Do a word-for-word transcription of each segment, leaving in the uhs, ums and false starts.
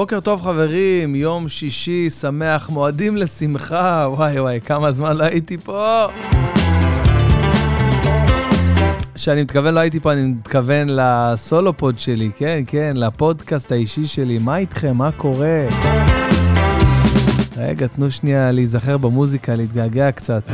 בוקר טוב חברים, יום שישי, שמח, מועדים לשמחה, וואי וואי, כמה זמן לא הייתי פה. שאני מתכוון לא הייתי פה, אני מתכוון לסולופוד שלי, כן, כן, לפודקאסט האישי שלי, מה איתכם, מה קורה? רגע, תנו שנייה להיזכר במוזיקה, להתגעגע קצת.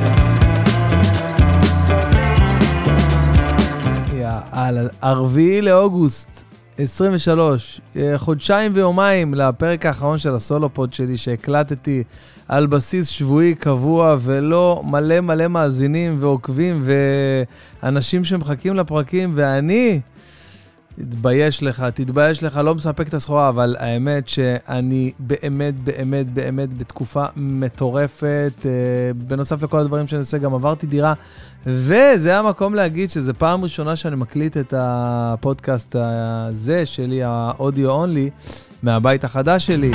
יאללה, ארבעה לאוגוסט עשרים ושלוש, חודשיים ויומיים לפרק האחרון של הסולופוד שלי שהקלטתי על בסיס שבועי קבוע ולא מלא מלא מאזינים ועוקבים ואנשים שמחכים לפרקים, ואני תתבייש לך, תתבייש לך, לא מספק את הסחורה, אבל האמת שאני באמת באמת באמת בתקופה מטורפת, בנוסף לכל הדברים שאני עושה גם עברתי דירה, וזה המקום להגיד שזה פעם ראשונה שאני מקליט את הפודקאסט הזה שלי, האודיו אונלי, מהבית החדש שלי.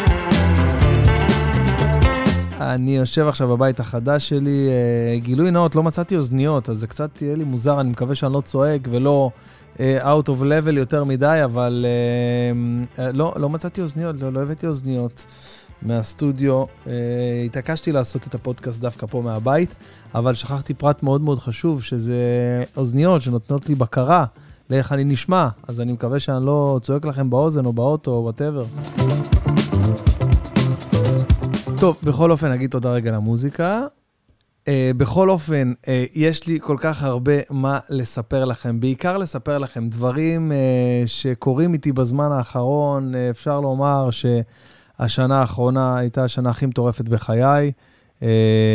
אני יושב עכשיו בבית החדש שלי, גילוי נאות, לא מצאתי אוזניות, אז זה קצת תהיה לי מוזר, אני מקווה שאני לא צועק ולא out of level יותר מדי, אבל לא, לא מצאתי אוזניות, לא, לא הבאתי אוזניות מהסטודיו, התעקשתי לעשות את הפודקאסט דווקא פה מהבית, אבל שכחתי פרט מאוד מאוד חשוב, שזה אוזניות שנותנות לי בקרה לאיך אני נשמע, אז אני מקווה שאני לא צועק לכם באוזן או באוטו או whatever. טוב, בכל אופן נגיד תודה רגע למוזיקה. Uh, בכל אופן, uh, יש לי כל כך הרבה מה לספר לכם, בעיקר לספר לכם דברים uh, שקורים איתי בזמן האחרון. uh, אפשר לומר שהשנה האחרונה הייתה השנה הכי מטורפת בחיי, uh,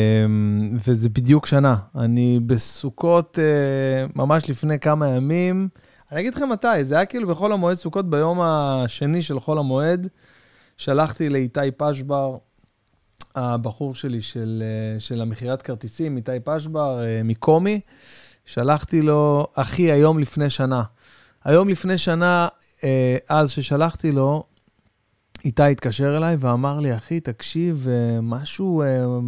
וזה בדיוק שנה. אני בסוכות uh, ממש לפני כמה ימים, אני אגיד לכם מתי, זה היה כאילו בחול המועד סוכות ביום השני של חול המועד, שלחתי לאיתי פשבר, הבחור שלי של, של המחירת כרטיסים, איתי פשבר, מקומי, שלחתי לו, אחי, היום לפני שנה. היום לפני שנה, אז ששלחתי לו, איתי התקשר אליי ואמר לי, אחי, תקשיב, משהו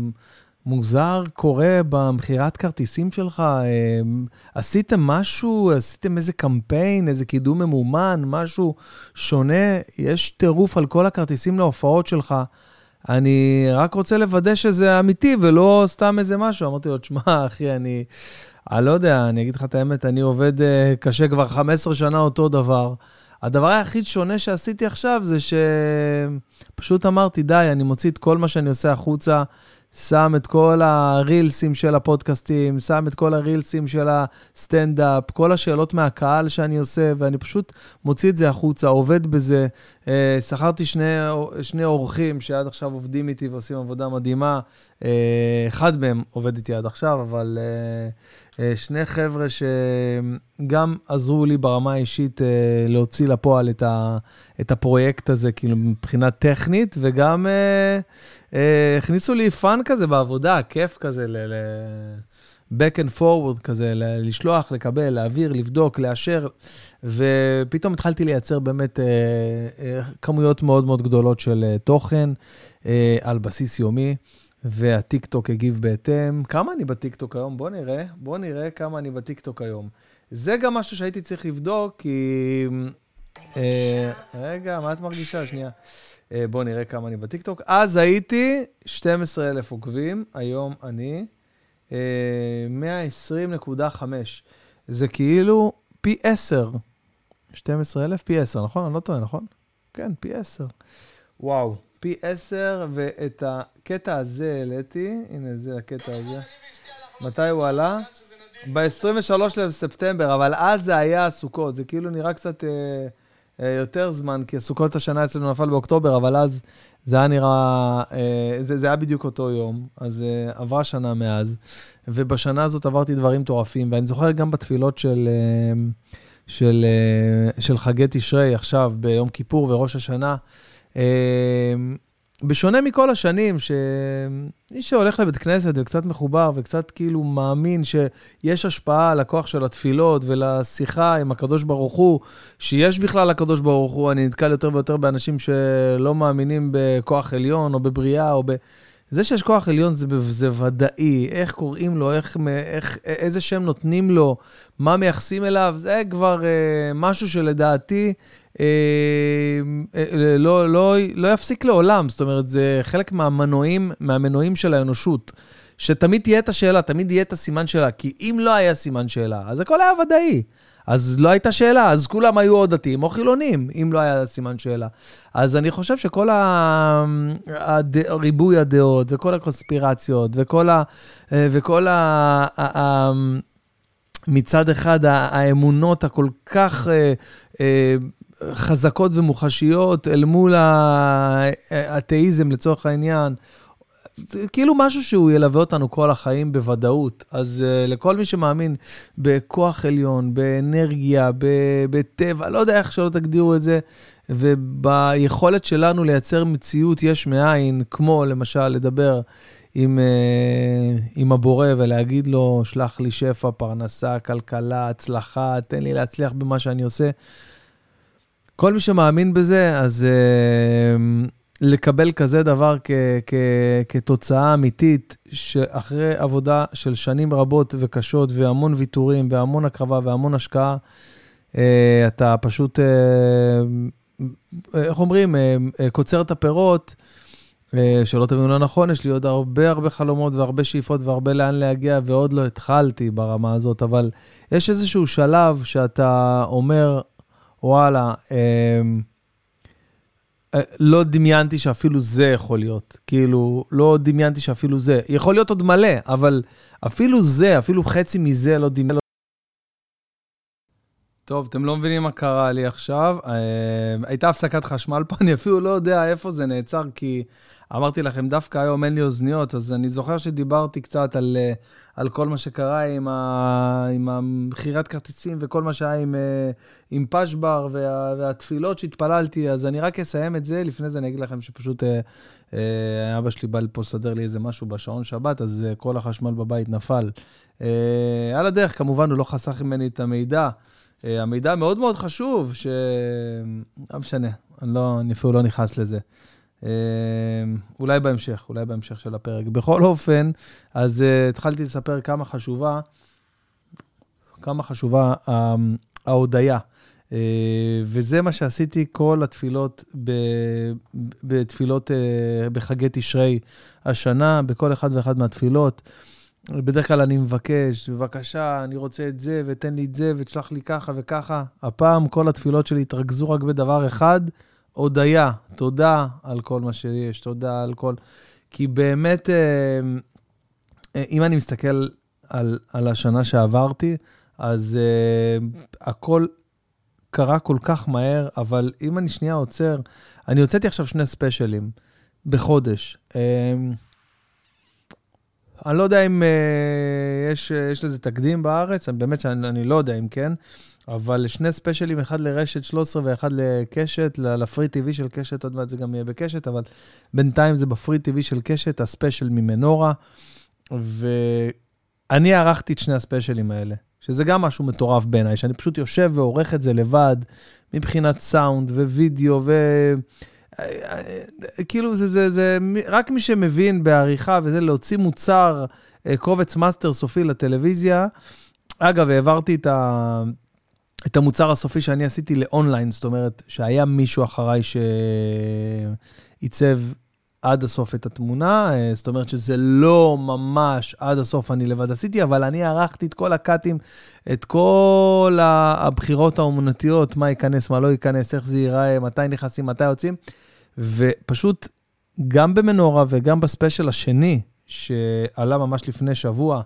מוזר קורה במחירת כרטיסים שלך, עשיתם משהו, עשיתם איזה קמפיין, איזה קידום ממומן, משהו שונה, יש טירוף על כל הכרטיסים להופעות שלך, אני רק רוצה לוודא שזה אמיתי, ולא סתם איזה משהו. אמרתי לו, תשמע, אחי, אני, אני לא יודע, אני אגיד לך את האמת, אני עובד קשה כבר חמש עשרה שנה אותו דבר. הדבר היחיד שונה שעשיתי עכשיו, זה שפשוט אמרתי, די, אני מוציא את כל מה שאני עושה החוצה, שם את כל הרילסים של הפודקאסטים, שם את כל הרילסים של הסטנדאפ, כל השאלות מהקהל שאני עושה, ואני פשוט מוציא את זה החוצה, עובד בזה. שכרתי שני, שני אורחים שעד עכשיו עובדים איתי ועושים עבודה מדהימה. אחד מהם עובד איתי עד עכשיו, אבל שני חבר'ה שגם עזרו לי ברמה האישית להוציא לפועל את, ה, את הפרויקט הזה, כאילו מבחינה טכנית, וגם הכניסו לי פאן כזה בעבודה, כיף כזה, ל- ל- back and forward כזה, ל- לשלוח, לקבל, להעביר, לבדוק, לאשר, ופתאום התחלתי לייצר באמת אה, אה, כמויות מאוד מאוד גדולות של אה, תוכן אה, על בסיס יומי, והטיקטוק הגיב בהתאם. כמה אני בטיקטוק היום? בוא נראה, בוא נראה כמה אני בטיקטוק היום. זה גם משהו שהייתי צריך לבדוק, כי... אה, רגע, מה את מרגישה? שנייה. בואו נראה כמה אני בטיקטוק. אז הייתי שנים עשר אלף עוקבים, היום אני מאה ועשרים נקודה חמש. זה כאילו פי עשר. שנים עשר אלף פי עשר, נכון? אני לא טועה, נכון? כן, פי עשר. וואו, פי עשר, ואת הקטע הזה העליתי, הנה זה הקטע הזה. מתי הוא עלה? ב-עשרים ושלושה לספטמבר, אבל אז זה היה הסוכות, זה כאילו נראה קצת... יותר זמן, כי הסוכות השנה אצלנו נפל באוקטובר, אבל אז זה היה נראה, זה, זה היה בדיוק אותו יום, אז עברה שנה מאז, ובשנה הזאת עברתי דברים טורפים, ואני זוכר גם בתפילות של, של, של חגי תשרי, עכשיו ביום כיפור וראש השנה, בשונה מכל השנים, שמי שהולך לבית כנסת וקצת מחובר וקצת כאילו מאמין שיש השפעה על הכוח של התפילות ולשיחה עם הקדוש ברוך הוא, שיש בכלל הקדוש ברוך הוא, אני נתקל יותר ויותר באנשים שלא מאמינים בכוח עליון או בבריאה או ב... זה שיש כוח עליון זה, זה ודאי, איך קוראים לו, איך, איך, איזה שם נותנים לו, מה מייחסים אליו, זה כבר אה, משהו שלדעתי אה, אה, לא, לא, לא יפסיק לעולם, זאת אומרת, זה חלק מהמנועים, מהמנועים של האנושות, שתמיד תהיה את השאלה, תמיד יהיה את הסימן שאלה, כי אם לא היה סימן שאלה, אז הכל היה ודאי. אז לא הייתה שאלה, אז כולם היו או דתיים או חילונים, אם לא היה סימן שאלה. אז אני חושב שכל ריבוי הדעות, וכל הקונספירציות, וכל ה... וכל ה... מצד אחד, האמונות הכל כך חזקות ומוחשיות, אל מול האתאיזם לצורך העניין, זה כאילו משהו שהוא ילווה אותנו כל החיים בוודאות. אז uh, לכל מי שמאמין בכוח עליון, באנרגיה, בטבע, לא יודע איך שלא תגדירו את זה, וביכולת שלנו לייצר מציאות יש מאין, כמו למשל לדבר עם, uh, עם הבורא ולהגיד לו, שלח לי שפע, פרנסה, כלכלה, הצלחה, תן לי להצליח במה שאני עושה. כל מי שמאמין בזה, אז... Uh, לקבל כזה דבר כ- כ- כתוצאה אמיתית, שאחרי עבודה של שנים רבות וקשות, והמון ויתורים, והמון הקרבה, והמון השקעה, אה, אתה פשוט, אה, איך אומרים, אה, אה, קוצר את הפירות, אה, שלא תבינו לא נכון, יש לי עוד הרבה הרבה חלומות, והרבה שאיפות, והרבה לאן להגיע, ועוד לא התחלתי ברמה הזאת, אבל יש איזשהו שלב שאתה אומר, וואלה, אה, לא דמיינתי שאפילו זה יכול להיות, כאילו, לא דמיינתי שאפילו זה, יכול להיות עוד מלא, אבל אפילו זה, אפילו חצי מזה לא דמיינתי. טוב, אתם לא מבינים מה קרה לי עכשיו, הייתה הפסקת חשמל פה, אני אפילו לא יודע איפה זה נעצר, כי אמרתי לכם, דווקא היום אין לי אוזניות, אז אני זוכר שדיברתי קצת על, על כל מה שקרה עם, ה, עם המחירת כרטיסים, וכל מה שהיה עם, עם פשבר, וה, והתפילות שהתפללתי, אז אני רק אסיים את זה, לפני זה אני אגיד לכם שפשוט אבא שלי בא לפה לסדר לי איזה משהו בשעון שבת, אז כל החשמל בבית נפל. על הדרך, כמובן, הוא לא חסך ממני את המידע, המידע מאוד מאוד חשוב, ש... לא משנה, אני, לא, אני אפילו לא נכנס לזה. אולי בהמשך, אולי בהמשך של הפרק. בכל אופן, אז התחלתי לספר כמה חשובה, כמה חשובה ההודיה. וזה מה שעשיתי כל התפילות, בתפילות בחגי תשרי השנה, בכל אחד ואחד מהתפילות. בדרך כלל אני מבקש, בבקשה, אני רוצה את זה, ותן לי את זה, ותשלח לי ככה וככה. הפעם כל התפילות שלי התרכזו רק בדבר אחד, הודיה, תודה על כל מה שיש, תודה על כל... כי באמת, אם אני מסתכל על, על השנה שעברתי, אז uh, הכל קרה כל כך מהר, אבל אם אני שנייה עוצר, אני הוצאתי עכשיו שני ספיישלים בחודש. Uh, אני לא יודע אם uh, יש, יש לזה תקדים בארץ, באמת שאני אני לא יודע אם כן, אבל שני ספיישלים, אחד לרשת שלוש עשרה ואחד לקשת, לפרי טיווי של קשת, עוד מעט זה גם יהיה בקשת, אבל בינתיים זה בפרי טיווי של קשת, הספיישל ממנורה, ואני ערכתי את שני הספיישלים האלה, שזה גם משהו מטורף בעיניי, שאני פשוט יושב ועורך את זה לבד, מבחינת סאונד ווידאו, ו... כאילו זה, זה, זה, רק מי שמבין בעריכה, וזה להוציא מוצר, קובץ מאסטר סופי לטלוויזיה, אגב, העברתי את ה... את המוצר הסופי שאני עשיתי לאונליין, זאת אומרת, שהיה מישהו אחריי שעיצב עד הסוף את התמונה, זאת אומרת שזה לא ממש עד הסוף אני לבד עשיתי, אבל אני ערכתי את כל הקאטים, את כל הבחירות האומנותיות, מה ייכנס, מה לא ייכנס, איך זה ייראה, מתי נכנסים, מתי יוצאים, ופשוט גם במנורה וגם בספיישל השני, שעלה ממש לפני שבוע,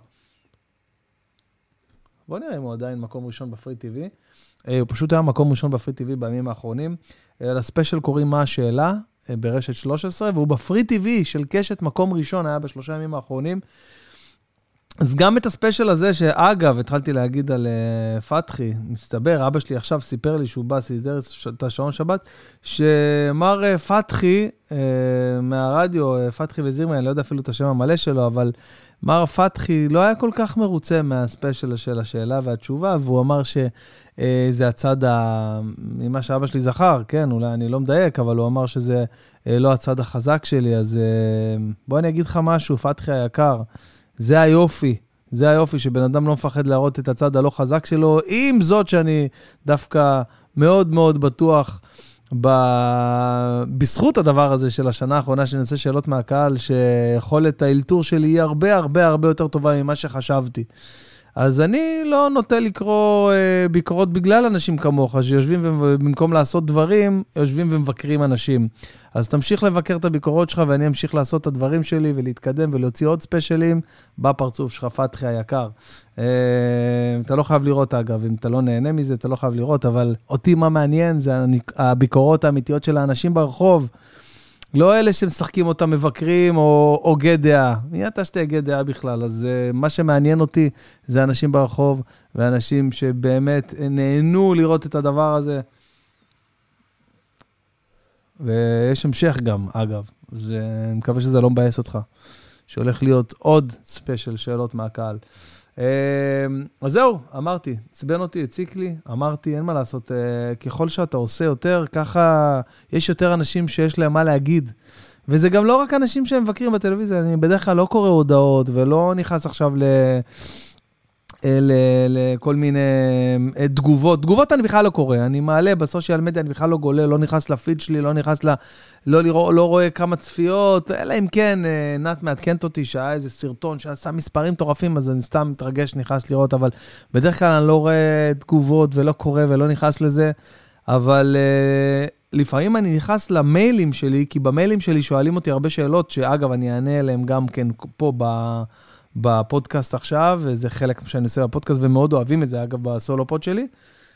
בוא נראה אם הוא עדיין מקום ראשון בפרי טיווי. הוא פשוט היה מקום ראשון בפרי טיווי בימים האחרונים. לספיישל קוראים מה השאלה, ברשת שלוש עשרה, והוא בפרי טיווי של קשת מקום ראשון, היה בשלושה ימים האחרונים. אז גם את הספיישל הזה, שאגב, התחלתי להגיד על uh, פתחי, מסתבר, אבא שלי עכשיו סיפר לי שהוא בא, סידר את השעון שבת, שמר uh, פתחי, uh, מהרדיו, uh, פתחי וזירמי, אני לא יודע אפילו את השם המלא שלו, אבל מר פתחי לא היה כל כך מרוצה מהספיישל של השאלה והתשובה, והוא אמר שזה הצד, ה... ממה שאבא שלי זכר, כן, אולי אני לא מדייק, אבל הוא אמר שזה uh, לא הצד החזק שלי, אז uh, בוא אני אגיד לך משהו, פתחי היקר, זה היופי, זה היופי שבן אדם לא מפחד להראות את הצד הלא חזק שלו, עם זאת שאני דווקא מאוד מאוד בטוח ב... בזכות הדבר הזה של השנה האחרונה שאני עושה שאלות מהקהל, שיכולת האלתור שלי היא הרבה הרבה הרבה יותר טובה ממה שחשבתי. אז אני לא נוטה לקרוא אה, ביקורות בגלל אנשים כמוך, שיושבים ובמקום לעשות דברים, יושבים ומבקרים אנשים. אז תמשיך לבקר את הביקורות שלך, ואני אמשיך לעשות את הדברים שלי, ולהתקדם ולהוציא עוד ספיישלים, בפרצוף שלך, פתחי היקר. אה, אתה לא חייב לראות, אגב, אם אתה לא נהנה מזה, אתה לא חייב לראות, אבל אותי מה מעניין, זה הביקורות האמיתיות של האנשים ברחוב, לא אלה שמשחקים אותם מבקרים או, או גד דעה. מי אתה שתהיה גד דעה בכלל? אז uh, מה שמעניין אותי זה אנשים ברחוב, ואנשים שבאמת נהנו לראות את הדבר הזה. ויש המשך גם, אגב. אז, uh, אני מקווה שזה לא מבאס אותך. שהולך להיות עוד ספיישל שאלות מהקהל. Uh, אז זהו, אמרתי, צבן אותי, הציק לי, אמרתי, אין מה לעשות, uh, ככל שאתה עושה יותר, ככה יש יותר אנשים שיש להם מה להגיד, וזה גם לא רק אנשים שהם מבקרים בטלוויזיה, אני בדרך כלל לא קורא הודעות, ולא נכנס עכשיו ל... לכל מיני תגובות. תגובות אני בכלל לא קורא, אני מעלה בסושיאל מדיה, אני בכלל לא גולה, לא נכנס לפיד שלי, לא נכנס ל... לא, לראות, לא רואה כמה צפיות, אלא אם כן, נת מעדכנת אותי שהיה איזה סרטון שעשה מספרים טורפים, אז אני סתם מתרגש, נכנס לראות, אבל בדרך כלל אני לא רואה תגובות ולא קורא ולא נכנס לזה, אבל לפעמים אני נכנס למיילים שלי, כי במיילים שלי שואלים אותי הרבה שאלות, שאגב אני אענה אליהם גם כן פה ב... בפודקאסט עכשיו, וזה חלק שאני עושה בפודקאסט, ומאוד אוהבים את זה, אגב, בסולו פוד שלי.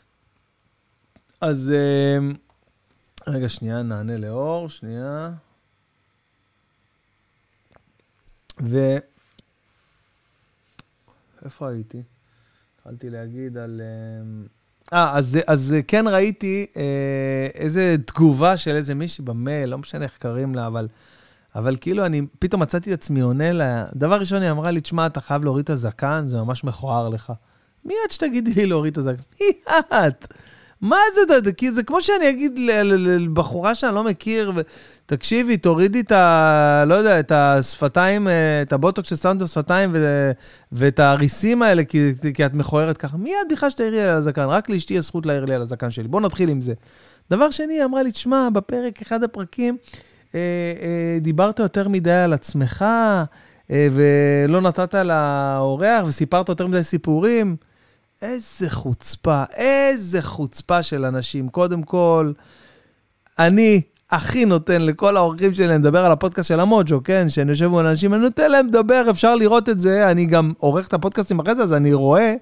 אז, רגע, שנייה, נענה לאור, שנייה. ו... איפה הייתי? התחלתי להגיד על... אה, אז, אז כן ראיתי איזה תגובה של איזה מישהי במייל, לא משנה איך קוראים לה, אבל... אבל כאילו אני פתאום מצאתי את עצמי עונה לה, דבר ראשון היא אמרה לי, תשמע, אתה חייב להוריד את הזקן, זה ממש מכוער לך. מי את שתגידי לי להוריד את הזקן? מי את? מה זה? כי זה כמו שאני אגיד לבחורה שאני לא מכיר, תקשיבי, תורידי את ה... לא יודע, את השפתיים, את הבוטוק ששמת בשפתיים, ואת הריסים האלה, כי, כי את מכוערת ככה. מי את בכלל שתעירי לי על הזקן? רק לאשתי יש זכות להעיר לי על הזקן שלי. בוא נתחיל עם זה. דבר שני, היא אמרה לי, תשמע, בפרק אחד הפרקים, דיברת יותר מדי על עצמך, ולא נתת לאורח, וסיפרת יותר מדי סיפורים. איזה חוצפה, איזה חוצפה של אנשים. קודם כל, אני הכי נותן לכל האורחים שלי לדבר על הפודקאסט של המוג'ו, כן? שאני יושב עם אנשים, אני נותן להם לדבר, אפשר לראות את זה. אני גם עורך את הפודקאסטים אחרי זה, אז אני רואה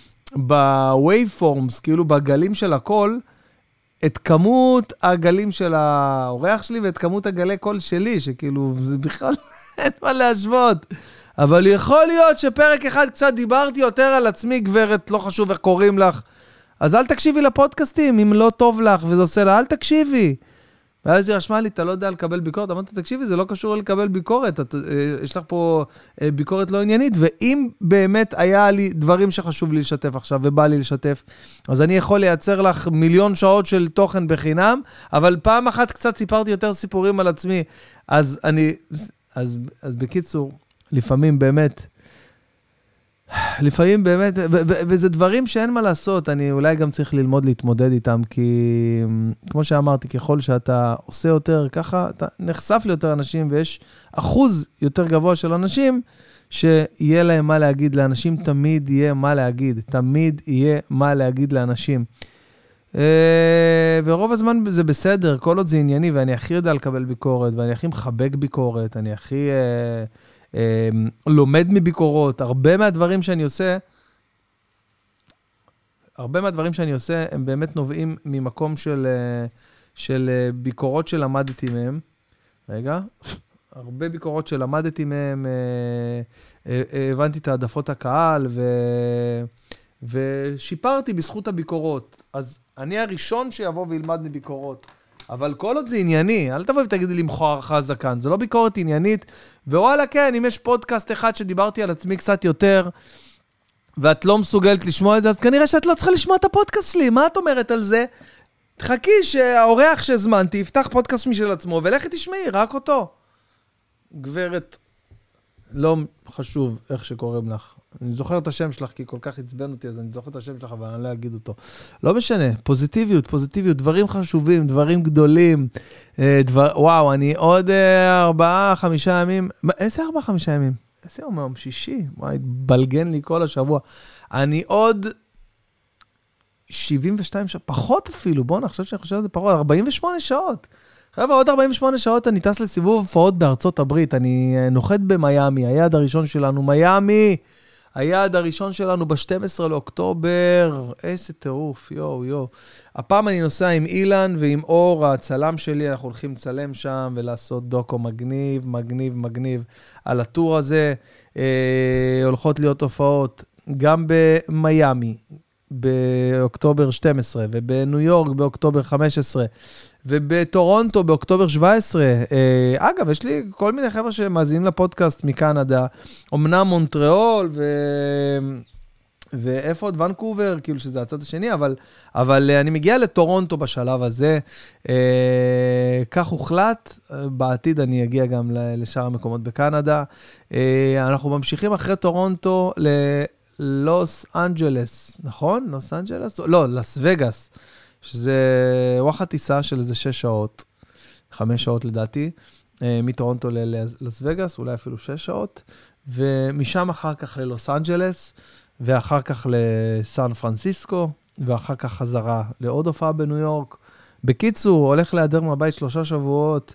ב-waveforms, כאילו בגלים של הכל, את כמות הגלים של האורח שלי, ואת כמות הגלי קול שלי, שכאילו, זה בכלל אין מה להשוות. אבל יכול להיות שפרק אחד קצת דיברתי יותר על עצמי, גברת, לא חשוב איך קוראים לך. אז אל תקשיבי לפודקאסטים, אם לא טוב לך, וזה עושה לה, אל תקשיבי. ואז היא רשמה לי, אתה לא יודע לקבל ביקורת. אמרתי, תקשיבי, זה לא קשור לקבל ביקורת. את, יש לך פה ביקורת לא עניינית, ואם באמת היה לי דברים שחשוב לי לשתף עכשיו, ובא לי לשתף, אז אני יכול לייצר לך מיליון שעות של תוכן בחינם, אבל פעם אחת קצת סיפרתי יותר סיפורים על עצמי. אז אני, אז, אז בקיצור, לפעמים באמת, לפעמים באמת, ו- ו- וזה דברים שאין מה לעשות, אני אולי גם צריך ללמוד להתמודד איתם, כי כמו שאמרתי, ככל שאתה עושה יותר ככה, אתה נחשף ליותר אנשים, ויש אחוז יותר גבוה של אנשים, שיהיה להם מה להגיד לאנשים, תמיד יהיה מה להגיד, תמיד יהיה מה להגיד לאנשים. ורוב הזמן זה בסדר, כל עוד זה ענייני, ואני הכי יודע לקבל ביקורת, ואני הכי מחבק ביקורת, אני הכי... לומד מביקורות, הרבה מהדברים שאני עושה, הרבה מהדברים שאני עושה, הם באמת נובעים ממקום של, של ביקורות שלמדתי מהם. רגע, הרבה ביקורות שלמדתי מהם, הבנתי את העדפות הקהל, ו... ושיפרתי בזכות הביקורות. אז אני הראשון שיבוא וילמד מביקורות. אבל כל עוד זה ענייני, אל תבוא ותגידי לי מחור חזה כאן, זה לא ביקורת עניינית, ווואלה כן, אם יש פודקאסט אחד שדיברתי על עצמי קצת יותר, ואת לא מסוגלת לשמוע את זה, אז כנראה שאת לא צריכה לשמוע את הפודקאסט שלי, מה את אומרת על זה? תחכי שהאורח שהזמנתי יפתח פודקאסט משל עצמו, ולכי תשמעי, רק אותו. גברת, לא חשוב איך שקוראים לך. אני זוכר את השם שלך, כי כל כך עצבן אותי, אז אני זוכר את השם שלך, אבל אני לא אגיד אותו. לא משנה, פוזיטיביות, פוזיטיביות, דברים חשובים, דברים גדולים. דבר, וואו, אני עוד ארבעה, חמישה ימים, איזה ארבעה, חמישה ימים? איזה יום היום? שישי? וואי, התבלגן לי כל השבוע. אני עוד שבעים ושתיים שעות, פחות אפילו, בואו נחשב שאני חושב על זה פחות, ארבעים ושמונה שעות. חבר'ה, עוד ארבעים ושמונה שעות אני טס לסיבוב הופעות בארצות הברית, אני נוחת במיימי, היעד הראשון שלנו, מיימי, היעד הראשון שלנו ב-שנים עשר לאוקטובר, איזה טירוף, יו, יו. הפעם אני נוסע עם אילן ועם אור, הצלם שלי, אנחנו הולכים לצלם שם ולעשות דוקו מגניב, מגניב, מגניב. על הטור הזה אה, הולכות להיות הופעות גם במיימי, באוקטובר שתים עשרה, ובניו יורק באוקטובר חמש עשרה, ובטורונטו באוקטובר שבע עשרה. אה, אגב, יש לי כל מיני חבר'ה שמאזינים לפודקאסט מקנדה, אמנם מונטריאול, ו... ואיפה עוד? ונקובר, כאילו שזה הצד השני, אבל, אבל אני מגיע לטורונטו בשלב הזה. אה, כך הוחלט, בעתיד אני אגיע גם לשאר המקומות בקנדה. אה, אנחנו ממשיכים אחרי טורונטו ל... לוס אנג'לס, נכון? לוס אנג'לס? לא, לס וגאס, שזה וואחת טיסה של איזה שש שעות, חמש שעות לדעתי, מטורונטו ללס וגאס, אולי אפילו שש שעות, ומשם אחר כך ללוס אנג'לס, ואחר כך לסן פרנסיסקו, ואחר כך חזרה לעוד הופעה בניו יורק. בקיצור, הולך להיעדר מהבית שלושה שבועות,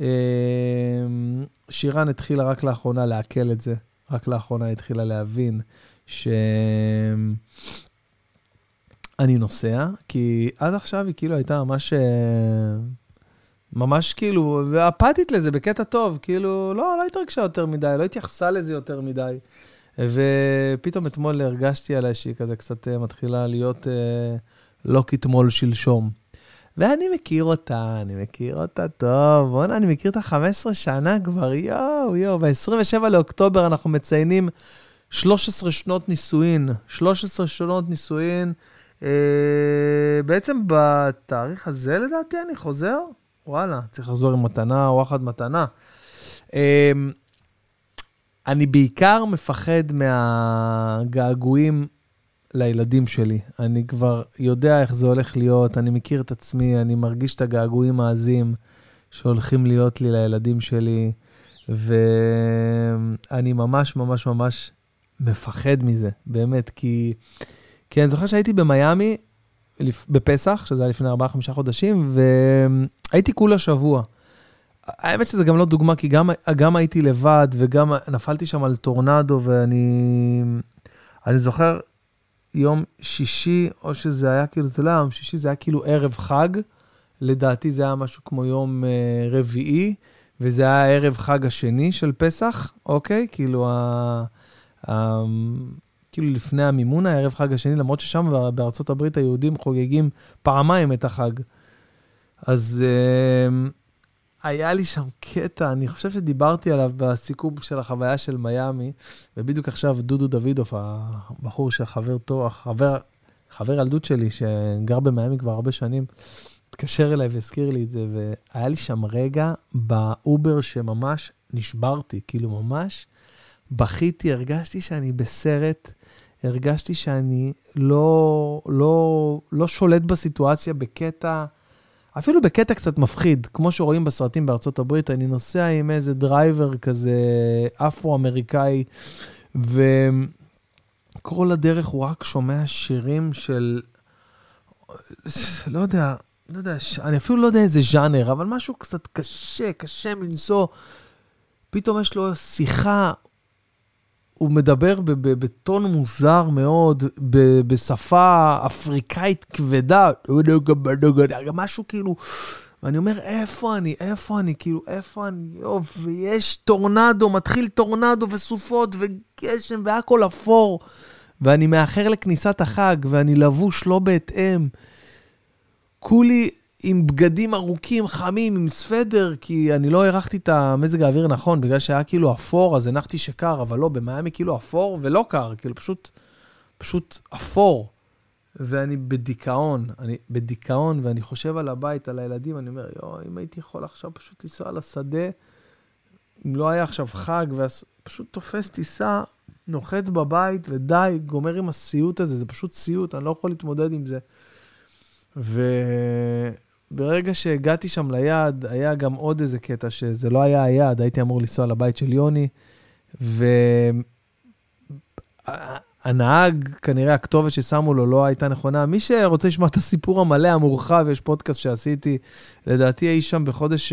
שירן התחילה רק לאחרונה לעכל את זה, רק לאחרונה התחילה להבין, שאני נוסע, כי עד עכשיו היא כאילו הייתה ממש, ממש כאילו, ואפתית לזה בקטע טוב, כאילו, לא, לא התרגשה יותר מדי, לא התייחסה לזה יותר מדי, ופתאום אתמול הרגשתי עליי שהיא כזה קצת מתחילה להיות לא כתמול שלשום. ואני מכיר אותה, אני מכיר אותה טוב, בוא'נה, אני מכיר אותה חמש עשרה שנה כבר, יואו, יואו, ב-עשרים ושבעה לאוקטובר אנחנו מציינים שלוש עשרה שנות נישואין, שלוש עשרה שנות נישואין, אה, בעצם בתאריך הזה לדעתי אני חוזר, וואלה, צריך לחזור עם מתנה או אחד מתנה. אה, אני בעיקר מפחד מהגעגועים לילדים שלי. אני כבר יודע איך זה הולך להיות, אני מכיר את עצמי, אני מרגיש את הגעגועים העזים שהולכים להיות לי לילדים שלי, ואני ממש ממש ממש מפחד מזה, באמת, כי, כי אני זוכר שהייתי במיימי בפסח, שזה היה לפני ארבעה חמישה חודשים, והייתי כולה שבוע. האמת שזה גם לא דוגמה, כי גם, גם הייתי לבד, וגם נפלתי שם על טורנדו, ואני אני זוכר יום שישי, או שזה היה כאילו, זה לא היה יום שישי, זה היה כאילו ערב חג, לדעתי זה היה משהו כמו יום אה, רביעי, וזה היה ערב חג השני של פסח, אוקיי? כאילו, ה, ה, כאילו לפני המימונה, ערב חג השני, למרות ששם בארצות הברית היהודים חוגגים פעמיים את החג. אז אה, היה לי שם קטע, אני חושב שדיברתי עליו בסיכום של החוויה של מיימי, ובדיוק עכשיו דודו דוידוף, הבחור שחבר טוב, חבר, חבר ילדות שלי, שגר במיימי כבר הרבה שנים, התקשר אליי והזכיר לי את זה, והיה לי שם רגע באובר שממש נשברתי, כאילו ממש בכיתי, הרגשתי שאני בסרט, הרגשתי שאני לא, לא, לא שולט בסיטואציה בקטע, אפילו בקטע קצת מפחיד, כמו שרואים בסרטים בארצות הברית, אני נוסע עם איזה דרייבר כזה אפרו-אמריקאי, וכל הדרך הוא רק שומע שירים של, לא יודע, לא יודע, אני אפילו לא יודע איזה ז'אנר, אבל משהו קצת קשה, קשה מנסוע, פתאום יש לו שיחה, הוא מדבר בטון מוזר מאוד, בשפה אפריקאית כבדה, משהו כאילו ואני אומר, איפה אני, איפה אני, כאילו, איפה אני, יוב, ויש טורנדו, מתחיל טורנדו וסופות וגשם והכל אפור, ואני מאחר לכניסת החג, ואני לבוש לא בהתאם, כולי עם בגדים ארוכים, חמים, עם ספדר, כי אני לא הערכתי את המזג האוויר נכון, בגלל שהיה כאילו אפור, אז הנחתי שקר, אבל לא, במיימי כאילו אפור ולא קר, כאילו פשוט, פשוט אפור. ואני בדיכאון, אני בדיכאון, ואני חושב על הבית, על הילדים, אני אומר, יו, אם הייתי יכול עכשיו פשוט לנסוע לשדה, אם לא היה עכשיו חג, ופשוט תופס טיסה, נוחת בבית, ודי, גומר עם הסיוט הזה, זה פשוט סיוט, אני לא יכול להתמודד עם זה. וברגע שהגעתי שם ליעד, היה גם עוד איזה קטע, שזה לא היה היעד, הייתי אמור לנסוע לבית של יוני, ו... הנהג, כנראה הכתובת ששמו לו לא הייתה נכונה. מי שרוצה לשמוע את הסיפור המלא, המורחב, יש פודקאסט שעשיתי, לדעתי אי שם בחודש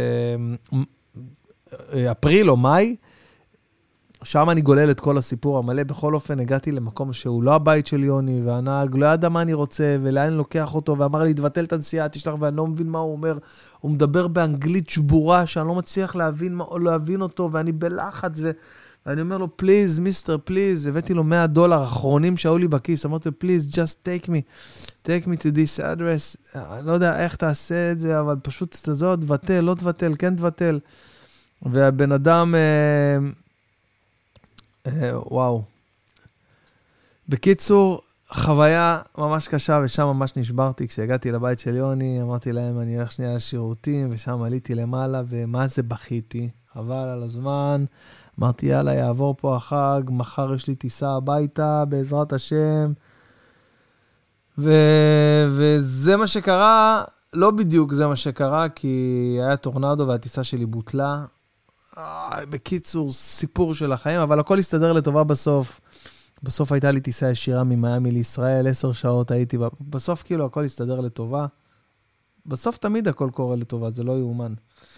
אפריל או מאי, שם אני גולל את כל הסיפור המלא. בכל אופן, הגעתי למקום שהוא לא הבית של יוני, והנהג לא ידע מה אני רוצה, ולאן אני לוקח אותו, ואמר לי, תבטל את הנסיעה, תשלח, ואני לא מבין מה הוא אומר. הוא מדבר באנגלית שבורה, שאני לא מצליח להבין, מה, להבין אותו, ואני בלחץ, ו... ואני אומר לו, פליז, מיסטר, פליז, הבאתי לו מאה דולר אחרונים שהיו לי בכיס, אמרתי לו, פליז, just take me, take me to this address, אני לא יודע איך תעשה את זה, אבל פשוט תזור, תבטל, לא תבטל, כן תבטל. והבן אדם, אה, אה, וואו. בקיצור, חוויה ממש קשה, ושם ממש נשברתי, כשהגעתי לבית של יוני, אמרתי להם, אני הולך שנייה לשירותים, ושם עליתי למעלה, ומה זה בכיתי? חבל על הזמן, אמרתי, יאללה, יעבור פה החג, מחר יש לי טיסה הביתה, בעזרת השם. ו... וזה מה שקרה, לא בדיוק זה מה שקרה, כי היה טורנדו והטיסה שלי בוטלה. אה, בקיצור, סיפור של החיים, אבל הכל הסתדר לטובה בסוף. בסוף הייתה לי טיסה ישירה ממיימי לישראל, עשר שעות הייתי, בסוף כאילו הכל הסתדר לטובה. בסוף תמיד הכל קורה לטובה, זה לא יאומן.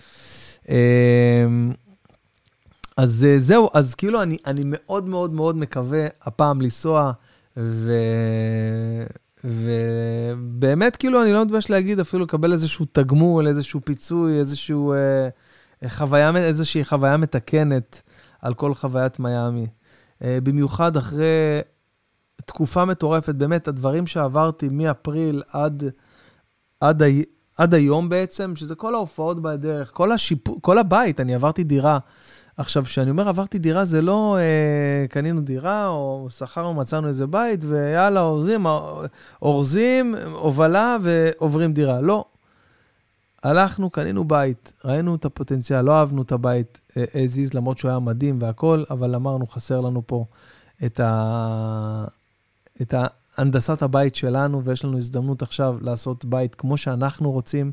אז זהו, אז כאילו אני, אני מאוד מאוד מאוד מקווה הפעם לנסוע, ו... ובאמת כאילו אני לא מתבייש להגיד אפילו לקבל איזשהו תגמול, איזשהו פיצוי, איזשהו, אה, חוויה, איזושהי חוויה מתקנת על כל חוויית מיימי. אה, במיוחד אחרי תקופה מטורפת, באמת הדברים שעברתי מאפריל עד, עד, ה... עד היום בעצם, שזה כל ההופעות בדרך, כל, השיפ... כל הבית, אני עברתי דירה. עכשיו, כשאני אומר עברתי דירה, זה לא אה, קנינו דירה, או שכרנו, מצאנו איזה בית, ויאללה, אורזים, אורזים, הובלה ועוברים דירה. לא. הלכנו, קנינו בית, ראינו את הפוטנציאל, לא אהבנו את הבית הזיז, למרות שהוא היה מדהים והכל, אבל אמרנו, חסר לנו פה את ה... את ה... הנדסת הבית שלנו, ויש לנו הזדמנות עכשיו לעשות בית כמו שאנחנו רוצים,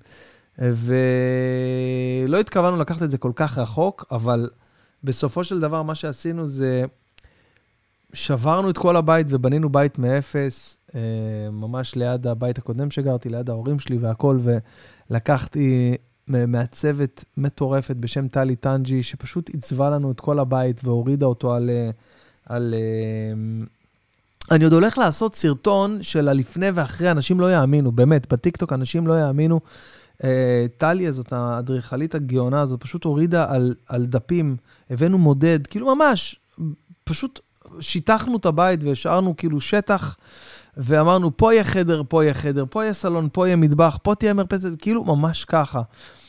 ולא התכוונו לקחת את זה כל כך רחוק, אבל בסופו של דבר מה שעשינו זה, שברנו את כל הבית ובנינו בית מאפס, ממש ליד הבית הקודם שגרתי, ליד ההורים שלי והכל, ולקחתי מעצבת מטורפת בשם טלי טנג'י, שפשוט עיצבה לנו את כל הבית, והורידה אותו על... על אני עוד הולך לעשות סרטון של הלפני ואחרי, אנשים לא יאמינו, באמת, בטיקטוק אנשים לא יאמינו. טלי הזאת, האדריכלית הגאונה הזאת, פשוט הורידה על, על דפים, הבאנו מודד, כאילו ממש, פשוט שיטחנו את הבית והשארנו כאילו שטח, ואמרנו, פה יהיה חדר, פה יהיה חדר, פה יהיה סלון, פה יהיה מטבח, פה תהיה מרפסת, כאילו ממש ככה.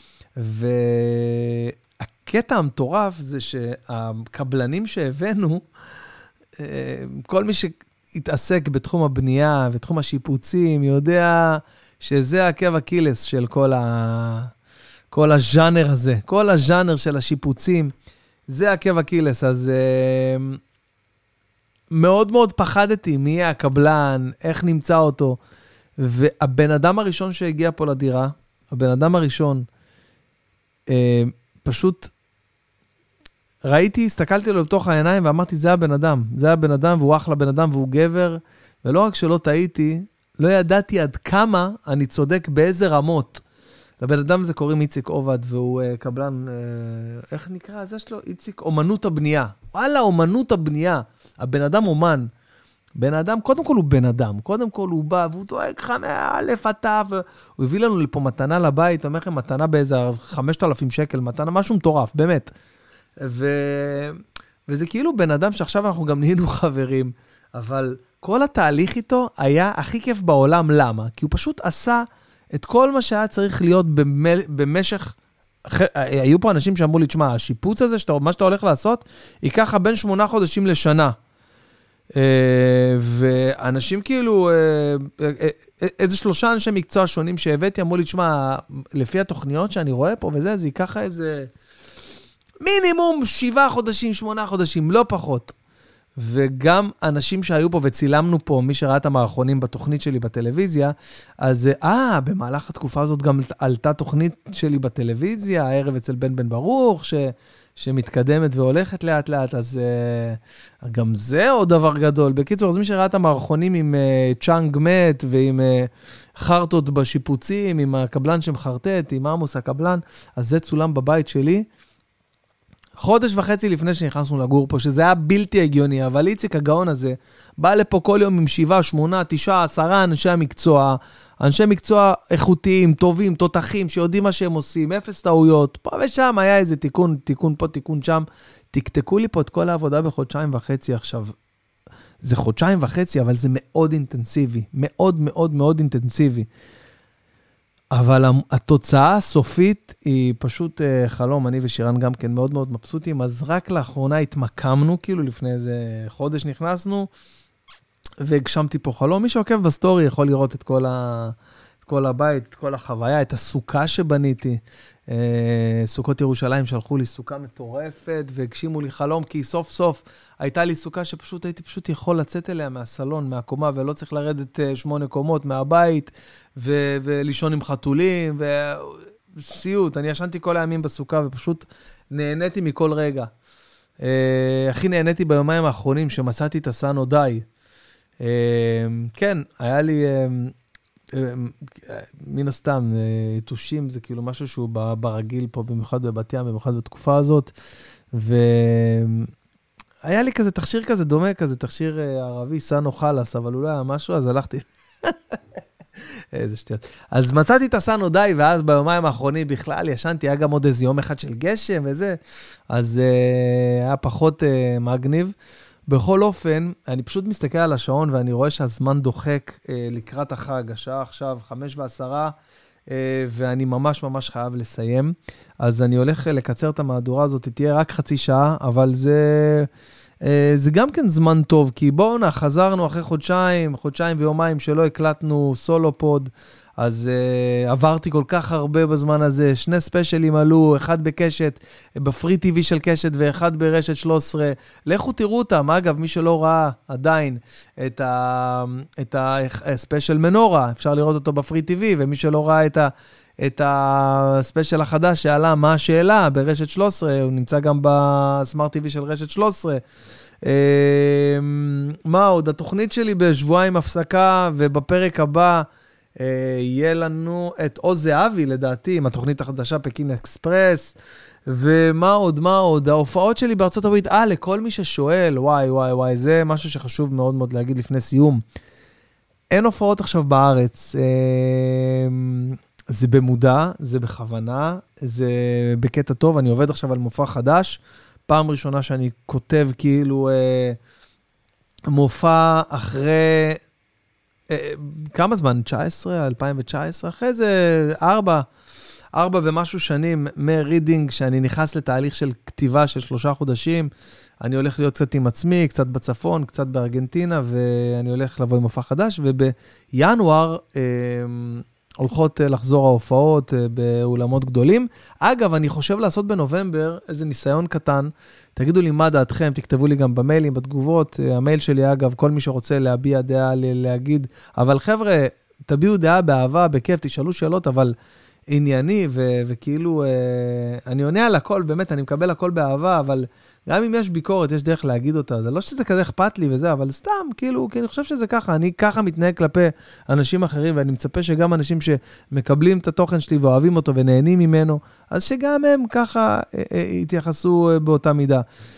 והקטע המטורף זה שהקבלנים שהבאנו, כל מי שהתעסק בתחום הבנייה ותחום השיפוצים, יודע שזה עקב אכילס של כל, ה... כל הז'אנר הזה, כל הז'אנר של השיפוצים, זה עקב אכילס. אז uh, מאוד מאוד פחדתי מי יהיה הקבלן, איך נמצא אותו, והבן אדם הראשון שהגיע פה לדירה, הבן אדם הראשון, uh, פשוט ראיתי, הסתכלתי לו בתוך העיניים ואמרתי, זה הבן אדם, זה הבן אדם, והוא אחלה בן אדם והוא גבר, ולא רק שלא טעיתי, לא ידעתי עד כמה אני צודק באיזה רמות. לבן אדם הזה קוראים איציק עובד, והוא uh, קבלן, uh, איך נקרא? זה שלו, איציק, אומנות הבנייה. וואלה, אומנות הבנייה. הבן אדם אומן. בן אדם, קודם כל הוא בן אדם, קודם כל הוא בא, והוא דואג לך מאלף עטף, הוא הביא לנו לפה מתנה לבית, אומר לכם, מתנה באיזה חמשת אלפים שקל, מתנה, משהו מטורף, באמת. ו... וזה כאילו בן אדם שעכשיו אנחנו גם נהיינו חברים, אבל כל התהליך איתו היה הכי כיף בעולם, למה? כי הוא פשוט עשה את כל מה שהיה צריך להיות במשך, היו פה אנשים שאמרו לי, תשמע, השיפוץ הזה, שאתה, מה שאתה הולך לעשות, ייקח בין שמונה חודשים לשנה. ואנשים כאילו, איזה שלושה אנשי מקצוע שונים שהבאתי, אמרו לי, תשמע, לפי התוכניות שאני רואה פה וזה, זה ייקח איזה מינימום שבעה חודשים, שמונה חודשים, לא פחות. וגם אנשים שהיו פה וצילמנו פה, מי שראה את המערכונים בתוכנית שלי בטלוויזיה, אז אה, במהלך התקופה הזאת גם עלתה תוכנית שלי בטלוויזיה, הערב אצל בן בן ברוך, ש, שמתקדמת והולכת לאט לאט, אז uh, גם זה עוד דבר גדול. בקיצור, אז מי שראה את המערכונים עם uh, צ'אנג מת, ועם uh, חרטות בשיפוצים, עם הקבלן שמחרטט, עם עמוס הקבלן, אז זה צולם בבית שלי, חודש וחצי לפני שנכנסנו לגור פה, שזה היה בלתי הגיוני, אבל איציק הגאון הזה, בא לפה כל יום עם שבעה, שמונה, תשעה, עשרה אנשי המקצוע, אנשי מקצוע איכותיים, טובים, תותחים, שיודעים מה שהם עושים, אפס טעויות, פה ושם היה איזה תיקון, תיקון פה, תיקון שם, תקתקו לי פה את כל העבודה בחודשיים וחצי עכשיו. זה חודשיים וחצי, אבל זה מאוד אינטנסיבי, מאוד מאוד מאוד אינטנסיבי. אבל התוצאה הסופית היא פשוט חלום, אני ושירן גם כן מאוד מאוד מבסוטים, אז רק לאחרונה התמקמנו, כאילו לפני איזה חודש נכנסנו, והגשמתי פה חלום. מי שעוקב בסטורי יכול לראות את כל, ה... את כל הבית, את כל החוויה, את הסוכה שבניתי. סוכות ירושלים שלחו לי סוכה מטורפת, והגשימו לי חלום, כי סוף סוף הייתה לי סוכה שפשוט הייתי פשוט יכול לצאת אליה מהסלון, מהקומה, ולא צריך לרדת שמונה קומות מהבית, ו- ולישון עם חתולים, וסיוט. אני ישנתי כל הימים בסוכה, ופשוט נהניתי מכל רגע. הכי נהניתי ביומיים האחרונים, שמצאתי את הסנו די. כן, היה לי... מן הסתם, יתושים זה כאילו משהו שהוא ברגיל פה, במיוחד בבת ים, במיוחד בתקופה הזאת, והיה לי כזה תכשיר כזה דומה, כזה תכשיר ערבי, סנו חלס, אבל אולי היה משהו, אז הלכתי, איזה שטויות. אז מצאתי את הסנו די, ואז ביומיים האחרונים בכלל ישנתי, היה גם עוד איזה יום אחד של גשם וזה, אז היה פחות מגניב. בכל אופן, אני פשוט מסתכל על השעון, ואני רואה שהזמן דוחק אה, לקראת החג, השעה עכשיו חמש ועשרה, אה, ואני ממש ממש חייב לסיים. אז אני הולך לקצר את המהדורה הזאת, תהיה רק חצי שעה, אבל זה, אה, זה גם כן זמן טוב, כי בואו נה, חזרנו אחרי חודשיים, חודשיים ויומיים שלא הקלטנו סולו פוד, אז uh, עברתי כל כך הרבה בזמן הזה, שני ספיישלים עלו, אחד בקשת, בפרי טי-וי של קשת, ואחד ברשת שלוש עשרה. לכו תראו אותם, אגב, מי שלא ראה עדיין את, ה, את הספיישל מנורה, אפשר לראות אותו בפרי טי-וי, ומי שלא ראה את, ה, את הספיישל החדש שעלה, מה השאלה, ברשת שלוש עשרה, הוא נמצא גם בסמארט טי-וי של רשת שלוש עשרה. Uh, מה עוד? התוכנית שלי בשבועיים הפסקה, ובפרק הבא, Uh, יהיה לנו את עוז זהבי, לדעתי, עם התוכנית החדשה פקין אקספרס, ומה עוד, מה עוד, ההופעות שלי בארצות הברית, אה, לכל מי ששואל, וואי, וואי, וואי, זה משהו שחשוב מאוד מאוד להגיד לפני סיום. אין הופעות עכשיו בארץ, uh, זה במודע, זה בכוונה, זה בקטע טוב, אני עובד עכשיו על מופע חדש, פעם ראשונה שאני כותב כאילו uh, מופע אחרי... כמה זמן? תשע עשרה, אלפיים תשע עשרה, אחרי זה ארבע, ארבע ומשהו שנים מרידינג, שאני נכנס לתהליך של כתיבה של שלושה חודשים, אני הולך להיות קצת עם עצמי, קצת בצפון, קצת בארגנטינה, ואני הולך לבוא עם מופע חדש, ובינואר אה, הולכות לחזור ההופעות אה, באולמות גדולים. אגב, אני חושב לעשות בנובמבר איזה ניסיון קטן, תגידו לי מה דעתכם, תכתבו לי גם במיילים, בתגובות, המייל שלי אגב, כל מי שרוצה להביע דעה, להגיד, אבל חבר'ה, תביעו דעה באהבה, בכיף, תשאלו שאלות, אבל ענייני, ו- וכאילו, אני עונה על הכל, באמת, אני מקבל הכל באהבה, אבל גם אם יש ביקורת, יש דרך להגיד אותה, זה לא שזה כזה אכפת לי וזה, אבל סתם, כאילו, כי אני חושב שזה ככה, אני ככה מתנהג כלפי אנשים אחרים, ואני מצפה שגם אנשים שמקבלים את התוכן שלי ואוהבים אותו ונהנים ממנו, אז שגם הם ככה יתייחסו באותה מידה.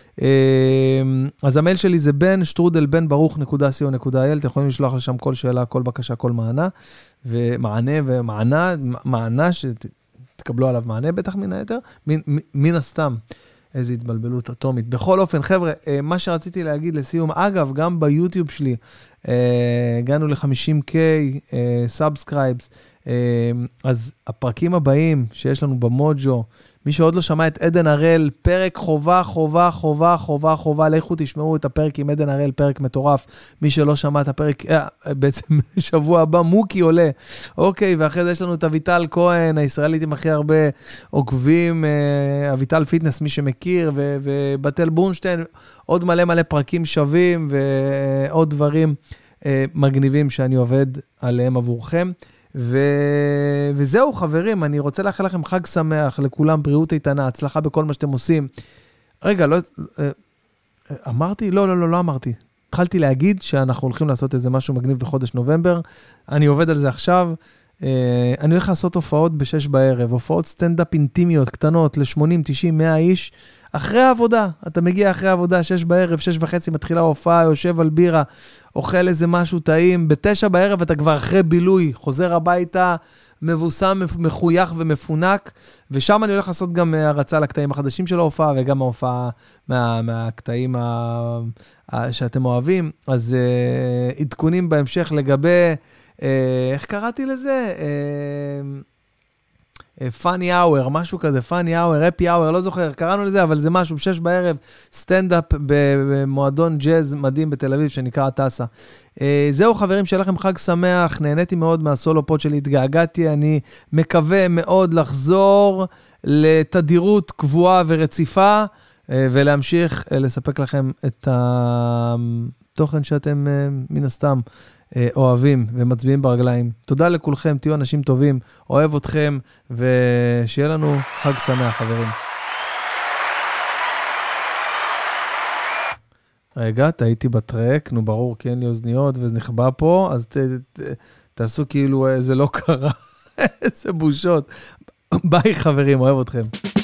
אז המייל שלי זה בן שטרודל בן ברוך נקודה סי או נקודה איי אל, אתם יכולים לשלוח לשם כל שאלה, כל בקשה, כל מענה, ומענה ומענה, מענה שתקבלו עליו מענה בטח מן היתר, מן, מן הסתם. איזו התבלבלות אטומית. בכל אופן, חבר'ה, מה שרציתי להגיד לסיום, אגב, גם ביוטיוב שלי, הגענו ל-חמישים קיי סאבסקרייבס, אז הפרקים הבאים שיש לנו במוג'ו, מי שעוד לא שמע את עדן הראל, פרק חובה, חובה, חובה, חובה, חובה, לכו תשמעו את הפרק עם עדן הראל, פרק מטורף. מי שלא שמע את הפרק, אה, בעצם שבוע הבא מוקי עולה. אוקיי, ואחרי זה יש לנו את אביטל כהן, הישראלית עם הכי הרבה עוקבים, אה, אביטל פיטנס, מי שמכיר, ו- ובטל בורנשטיין, עוד מלא מלא פרקים שווים, ועוד דברים אה, מגניבים שאני עובד עליהם עבורכם. ו... וזהו חברים, אני רוצה לאחל לכם חג שמח, לכולם בריאות איתנה, הצלחה בכל מה שאתם עושים. רגע, לא... אמרתי? לא, לא, לא, לא אמרתי. התחלתי להגיד שאנחנו הולכים לעשות איזה משהו מגניב בחודש נובמבר, אני עובד על זה עכשיו, אני הולך לעשות הופעות בשש בערב, הופעות סטנדאפ אינטימיות, קטנות, ל-שמונים, תשעים, מאה איש, אחרי העבודה, אתה מגיע אחרי העבודה, שש בערב, שש וחצי, מתחילה הופעה, יושב על בירה, אוכל איזה משהו טעים, בתשע בערב אתה כבר אחרי בילוי, חוזר הביתה, מבוסם, מחוייך ומפונק, ושם אני הולך לעשות גם הרצה לקטעים החדשים של ההופעה, וגם ההופעה מה, מהקטעים ה, ה, שאתם אוהבים, אז uh, עדכונים בהמשך לגבי, uh, איך קראתי לזה? Uh, פאני אאואר, משהו כזה, פאני אאואר, הפי אאואר, לא זוכר, קראנו לזה, אבל זה משהו, שש בערב, סטנדאפ במועדון ג'אז מדהים בתל אביב, שנקרא טסה. זהו חברים, שיהיה לכם חג שמח, נהניתי מאוד מהסולו פוד שלי, התגעגעתי, אני מקווה מאוד לחזור לתדירות קבועה ורציפה, ולהמשיך לספק לכם את התוכן שאתם מן הסתם אוהבים ומצביעים ברגליים. תודה לכולכם, תהיו אנשים טובים, אוהב אתכם, ושיהיה לנו חג שמח, חברים. רגע, תהייתי בטרק, נו ברור, כי אין לי אוזניות וזה נכבה פה, אז ת, ת, תעשו כאילו זה לא קרה, איזה בושות. ביי חברים, אוהב אתכם.